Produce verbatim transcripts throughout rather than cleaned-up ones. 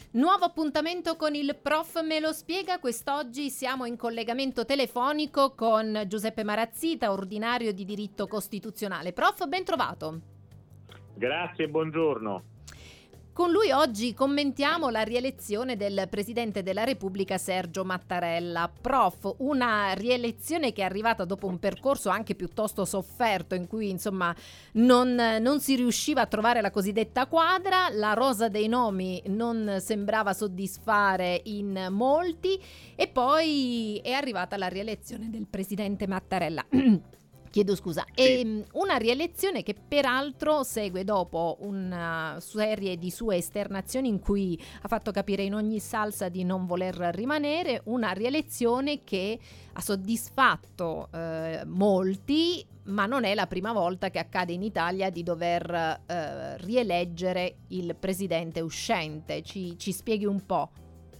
Nuovo appuntamento con il Prof Me lo spiega. Quest'oggi siamo in collegamento telefonico con Giuseppe Marazzita, ordinario di diritto costituzionale. Prof, ben trovato. Grazie, buongiorno. Con lui oggi commentiamo la rielezione del Presidente della Repubblica Sergio Mattarella. Prof, una rielezione che è arrivata dopo un percorso anche piuttosto sofferto, in cui insomma non, non si riusciva a trovare la cosiddetta quadra, la rosa dei nomi non sembrava soddisfare in molti e poi è arrivata la rielezione del Presidente Mattarella. Chiedo scusa, e una rielezione che peraltro segue dopo una serie di sue esternazioni in cui ha fatto capire in ogni salsa di non voler rimanere, una rielezione che ha soddisfatto eh, molti, ma non è la prima volta che accade in Italia di dover eh, rieleggere il presidente uscente. Ci, ci spieghi un po'?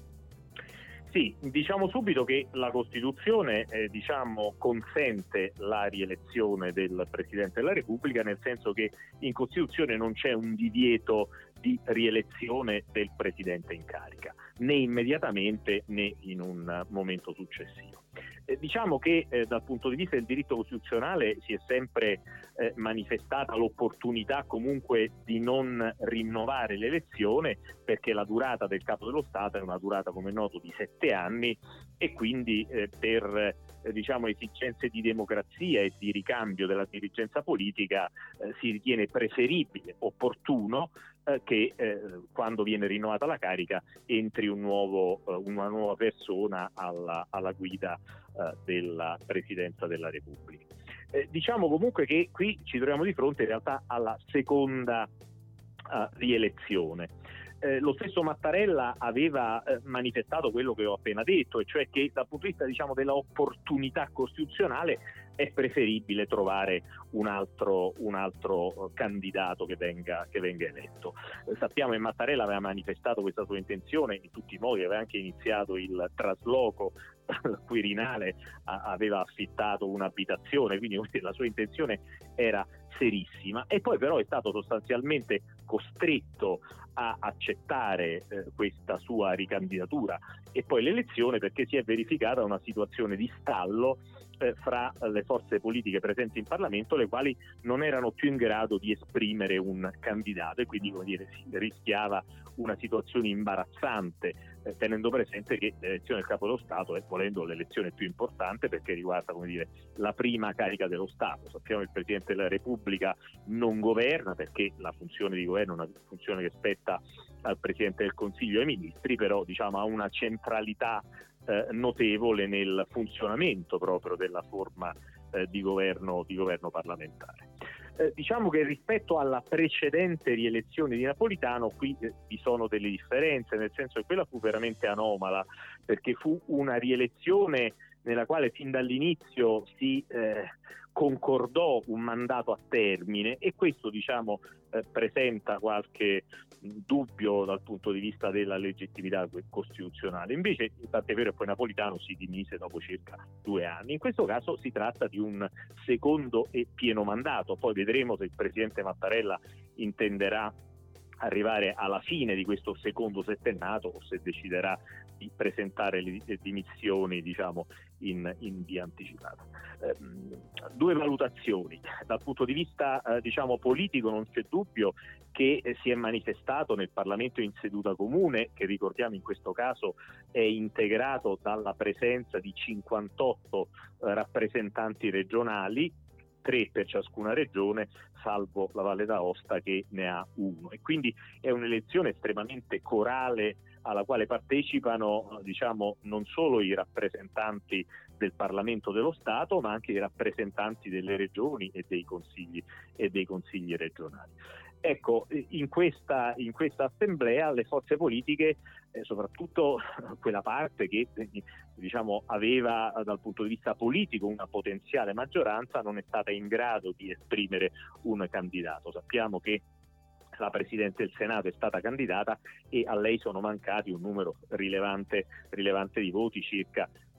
Sì, diciamo subito che la Costituzione eh, diciamo, consente la rielezione del Presidente della Repubblica, nel senso che in Costituzione non c'è un divieto di rielezione del Presidente in carica, né immediatamente né in un momento successivo. Eh, diciamo che eh, dal punto di vista del diritto costituzionale si è sempre eh, manifestata l'opportunità comunque di non rinnovare l'elezione, perché la durata del Capo dello Stato è una durata, come è noto, di sette anni e quindi eh, per eh, diciamo esigenze di democrazia e di ricambio della dirigenza politica eh, si ritiene preferibile, opportuno eh, che eh, quando viene rinnovata la carica entri un nuovo, eh, una nuova persona alla, alla guida eh, della Presidenza della Repubblica. Eh, diciamo comunque che qui ci troviamo di fronte in realtà alla seconda uh, rielezione. Eh, lo stesso Mattarella aveva eh, manifestato quello che ho appena detto, e cioè che dal punto di vista diciamo della opportunità costituzionale è preferibile trovare un altro, un altro candidato che venga, che venga eletto. Eh, sappiamo che Mattarella aveva manifestato questa sua intenzione in tutti i modi, aveva anche iniziato il trasloco al Quirinale, a, aveva affittato un'abitazione, quindi la sua intenzione era serissima, e poi però è stato sostanzialmente costretto a accettare eh, questa sua ricandidatura e poi l'elezione, perché si è verificata una situazione di stallo eh, fra le forze politiche presenti in Parlamento, le quali non erano più in grado di esprimere un candidato, e quindi, come dire, si rischiava una situazione imbarazzante, eh, tenendo presente che l'elezione del Capo dello Stato è, volendo, l'elezione più importante, perché riguarda, come dire, la prima carica dello Stato. Sappiamo che il Presidente della Repubblica non governa, perché la funzione di governo è una funzione che spetta al Presidente del Consiglio e ai ministri, però diciamo ha una centralità eh, notevole nel funzionamento proprio della forma eh, di governo di governo parlamentare. Eh, diciamo che rispetto alla precedente rielezione di Napolitano qui eh, vi sono delle differenze, nel senso che quella fu veramente anomala, perché fu una rielezione nella quale fin dall'inizio si eh, concordò un mandato a termine, e questo diciamo eh, presenta qualche dubbio dal punto di vista della legittimità costituzionale. Invece, tant'è vero che poi Napolitano si dimise dopo circa due anni. In questo caso si tratta di un secondo e pieno mandato. Poi vedremo se il Presidente Mattarella intenderà arrivare alla fine di questo secondo settennato o se deciderà di presentare le dimissioni diciamo in, in via anticipata. Eh, due valutazioni. Dal punto di vista eh, diciamo politico non c'è dubbio che eh, si è manifestato nel Parlamento in seduta comune, che ricordiamo in questo caso è integrato dalla presenza di cinquantotto eh, rappresentanti regionali, tre per ciascuna regione, salvo la Valle d'Aosta che ne ha uno, e quindi è un'elezione estremamente corale alla quale partecipano diciamo non solo i rappresentanti del Parlamento dello Stato, ma anche i rappresentanti delle regioni e dei consigli e dei consigli regionali. Ecco, in questa, in questa assemblea le forze politiche, eh, soprattutto quella parte che diciamo aveva dal punto di vista politico una potenziale maggioranza, non è stata in grado di esprimere un candidato. Sappiamo che la Presidente del Senato è stata candidata e a lei sono mancati un numero rilevante, rilevante di voti, circa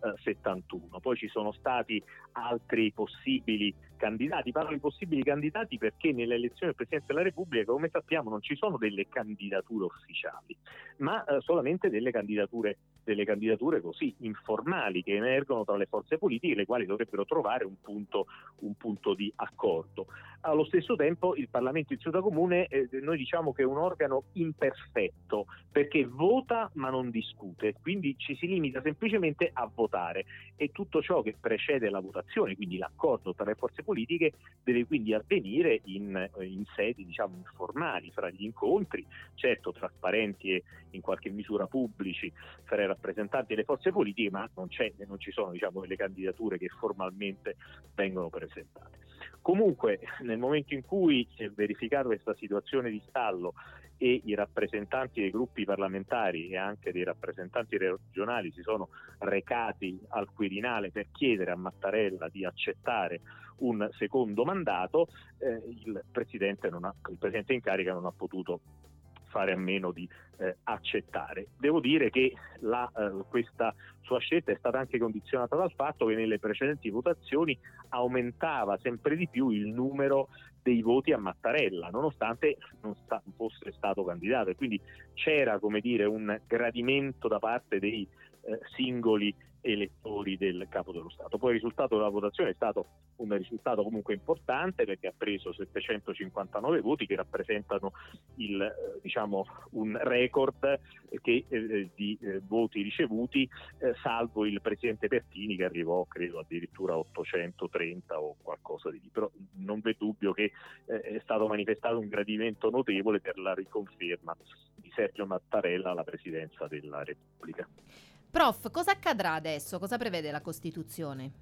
eh, settantuno. Poi ci sono stati altri possibili candidati. Parlo di possibili candidati perché nelle elezioni del Presidente della Repubblica, come sappiamo, non ci sono delle candidature ufficiali, ma eh, solamente delle candidature delle candidature così informali che emergono tra le forze politiche, le quali dovrebbero trovare un punto, un punto di accordo. Allo stesso tempo il Parlamento in seduta comune, eh, noi diciamo che è un organo imperfetto perché vota ma non discute, quindi ci si limita semplicemente a votare, e tutto ciò che precede la votazione, quindi l'accordo tra le forze politiche, deve quindi avvenire in, in sedi diciamo informali, fra gli incontri, certo trasparenti e in qualche misura pubblici, fra i rappresentanti delle forze politiche, ma non, c'è, non ci sono diciamo delle candidature che formalmente vengono presentate. Comunque, nel momento in cui si è verificata questa situazione di stallo e i rappresentanti dei gruppi parlamentari e anche dei rappresentanti regionali si sono recati al Quirinale per chiedere a Mattarella di accettare un secondo mandato, eh, il presidente non ha, il presidente in carica non ha potuto fare a meno di eh, accettare. Devo dire che la, eh, questa sua scelta è stata anche condizionata dal fatto che nelle precedenti votazioni aumentava sempre di più il numero dei voti a Mattarella, nonostante non sta, fosse stato candidato, e quindi c'era, come dire, un gradimento da parte dei eh, singoli elettori del Capo dello Stato. Poi il risultato della votazione è stato un risultato comunque importante, perché ha preso settecentocinquantanove voti, che rappresentano il, eh, diciamo un record che, eh, di eh, voti ricevuti, eh, salvo il presidente Pertini, che arrivò credo addirittura a ottocentotrenta o qualcosa di lì. Però non v'è dubbio che eh, è stato manifestato un gradimento notevole per la riconferma di Sergio Mattarella alla presidenza della Repubblica. Prof, cosa accadrà adesso? Cosa prevede la Costituzione?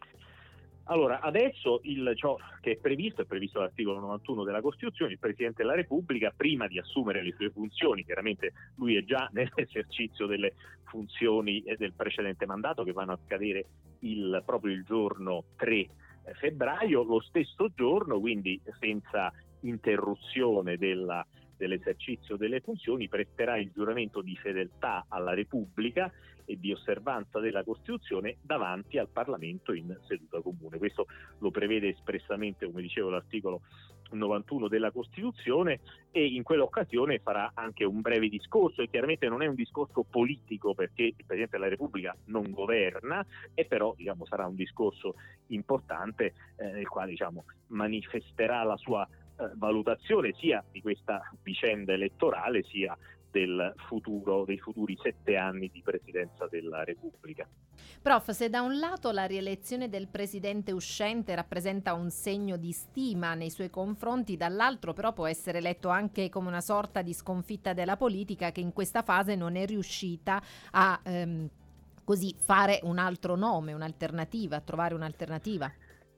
Allora, adesso il, ciò che è previsto, è previsto dall'articolo novantuno della Costituzione. Il Presidente della Repubblica, prima di assumere le sue funzioni, chiaramente lui è già nell'esercizio delle funzioni del precedente mandato, che vanno a scadere il, proprio il giorno tre febbraio, lo stesso giorno, quindi senza interruzione della dell'esercizio delle funzioni, presterà il giuramento di fedeltà alla Repubblica e di osservanza della Costituzione davanti al Parlamento in seduta comune. Questo lo prevede espressamente, come dicevo, l'articolo novantuno della Costituzione, e in quell'occasione farà anche un breve discorso, e chiaramente non è un discorso politico perché il Presidente della Repubblica non governa, e però diciamo sarà un discorso importante eh, nel quale diciamo manifesterà la sua Eh, valutazione sia di questa vicenda elettorale sia del futuro, dei futuri sette anni di presidenza della Repubblica. Prof, se da un lato la rielezione del presidente uscente rappresenta un segno di stima nei suoi confronti, dall'altro però può essere letto anche come una sorta di sconfitta della politica, che in questa fase non è riuscita a ehm, così fare un altro nome, un'alternativa, a trovare un'alternativa.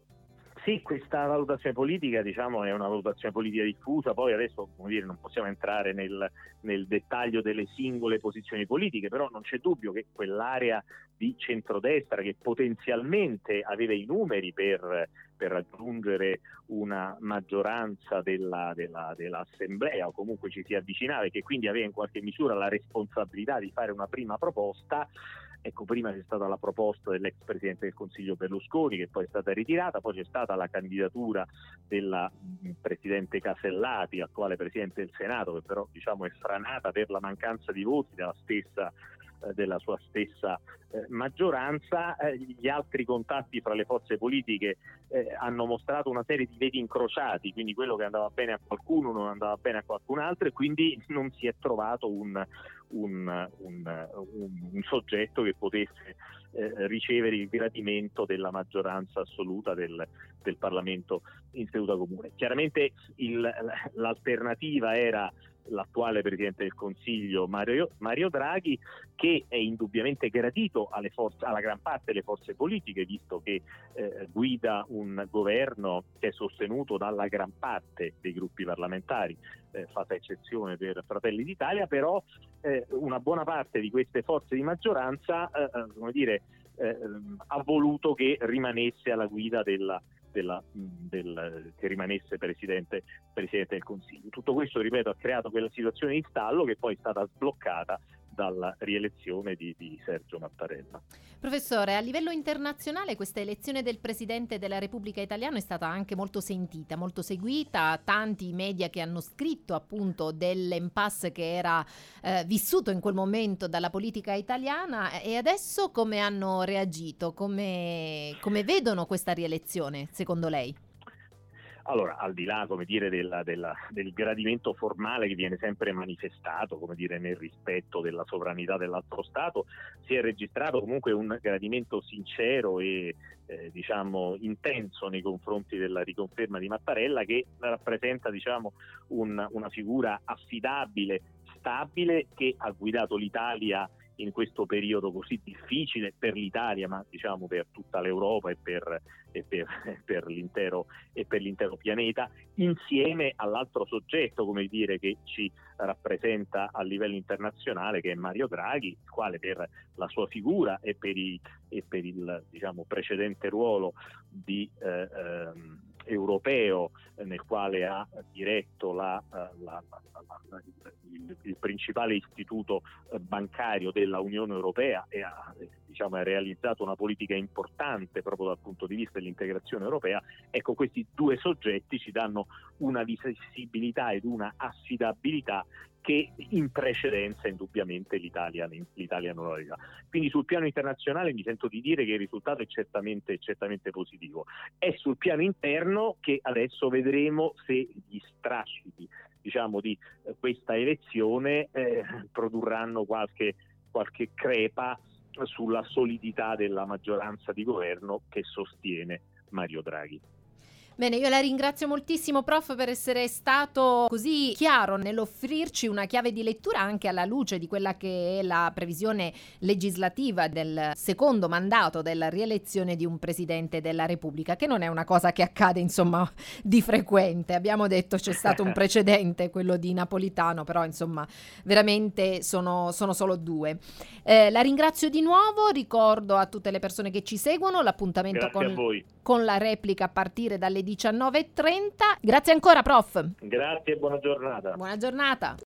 Sì, questa valutazione politica diciamo è una valutazione politica diffusa, poi adesso come dire, non possiamo entrare nel, nel dettaglio delle singole posizioni politiche, però non c'è dubbio che quell'area di centrodestra, che potenzialmente aveva i numeri per, per raggiungere una maggioranza della, della, dell'Assemblea, o comunque ci si avvicinava, e che quindi aveva in qualche misura la responsabilità di fare una prima proposta. Ecco, prima c'è stata la proposta dell'ex Presidente del Consiglio Berlusconi, che poi è stata ritirata, poi c'è stata la candidatura della mh, Presidente Casellati, attuale Presidente del Senato, che però diciamo è franata per la mancanza di voti della stessa eh, della sua stessa eh, maggioranza. Eh, gli altri contatti fra le forze politiche eh, hanno mostrato una serie di veti incrociati, quindi quello che andava bene a qualcuno non andava bene a qualcun altro, e quindi non si è trovato un Un, un, un, un soggetto che potesse eh, ricevere il gradimento della maggioranza assoluta del, del Parlamento in seduta comune. Chiaramente il, l'alternativa era l'attuale Presidente del Consiglio Mario, Mario Draghi, che è indubbiamente gradito alle forze, alla gran parte delle forze politiche, visto che eh, guida un governo che è sostenuto dalla gran parte dei gruppi parlamentari, eh, fatta eccezione per Fratelli d'Italia, però eh, una buona parte di queste forze di maggioranza eh, come dire, eh, ha voluto che rimanesse alla guida della Della, del, che rimanesse presidente, presidente del Consiglio. Tutto questo, ripeto, ha creato quella situazione di stallo che poi è stata sbloccata dalla rielezione di, di Sergio Mattarella. Professore, a livello internazionale questa elezione del Presidente della Repubblica Italiana è stata anche molto sentita, molto seguita, tanti media che hanno scritto appunto dell'impasse che era eh, vissuto in quel momento dalla politica italiana, e adesso come hanno reagito, come, come vedono questa rielezione secondo lei? Allora, al di là, come dire, della, della, del gradimento formale che viene sempre manifestato, come dire, nel rispetto della sovranità dell'altro Stato, si è registrato comunque un gradimento sincero e eh, diciamo intenso nei confronti della riconferma di Mattarella, che rappresenta, diciamo, un, una figura affidabile, stabile, che ha guidato l'Italia in questo periodo così difficile per l'Italia, ma diciamo per tutta l'Europa e per, e per, e per, l'intero, e per l'intero pianeta, insieme all'altro soggetto, come dire, che ci rappresenta a livello internazionale, che è Mario Draghi, il quale per la sua figura e per, i, e per il diciamo, precedente ruolo di eh, ehm, europeo nel quale ha diretto la, la, la, la, il, il principale istituto bancario della Unione Europea e ha, diciamo, ha realizzato una politica importante proprio dal punto di vista dell'integrazione europea. Ecco, questi due soggetti ci danno una visibilità ed una affidabilità che in precedenza indubbiamente l'Italia, l'Italia non aveva. Quindi sul piano internazionale mi sento di dire che il risultato è certamente, certamente positivo. È sul piano interno che adesso vedremo se gli strascichi, diciamo, di eh, questa elezione eh, produrranno qualche, qualche crepa sulla solidità della maggioranza di governo che sostiene Mario Draghi. Bene, io la ringrazio moltissimo, prof, per essere stato così chiaro nell'offrirci una chiave di lettura anche alla luce di quella che è la previsione legislativa del secondo mandato della rielezione di un Presidente della Repubblica, che non è una cosa che accade, insomma, di frequente. Abbiamo detto c'è stato un precedente, quello di Napolitano, però insomma veramente sono, sono solo due. Eh, la ringrazio di nuovo, ricordo a tutte le persone che ci seguono l'appuntamento con, con la replica a partire dalle diciannove e trenta. Grazie ancora, prof. Grazie e buona giornata. Buona giornata.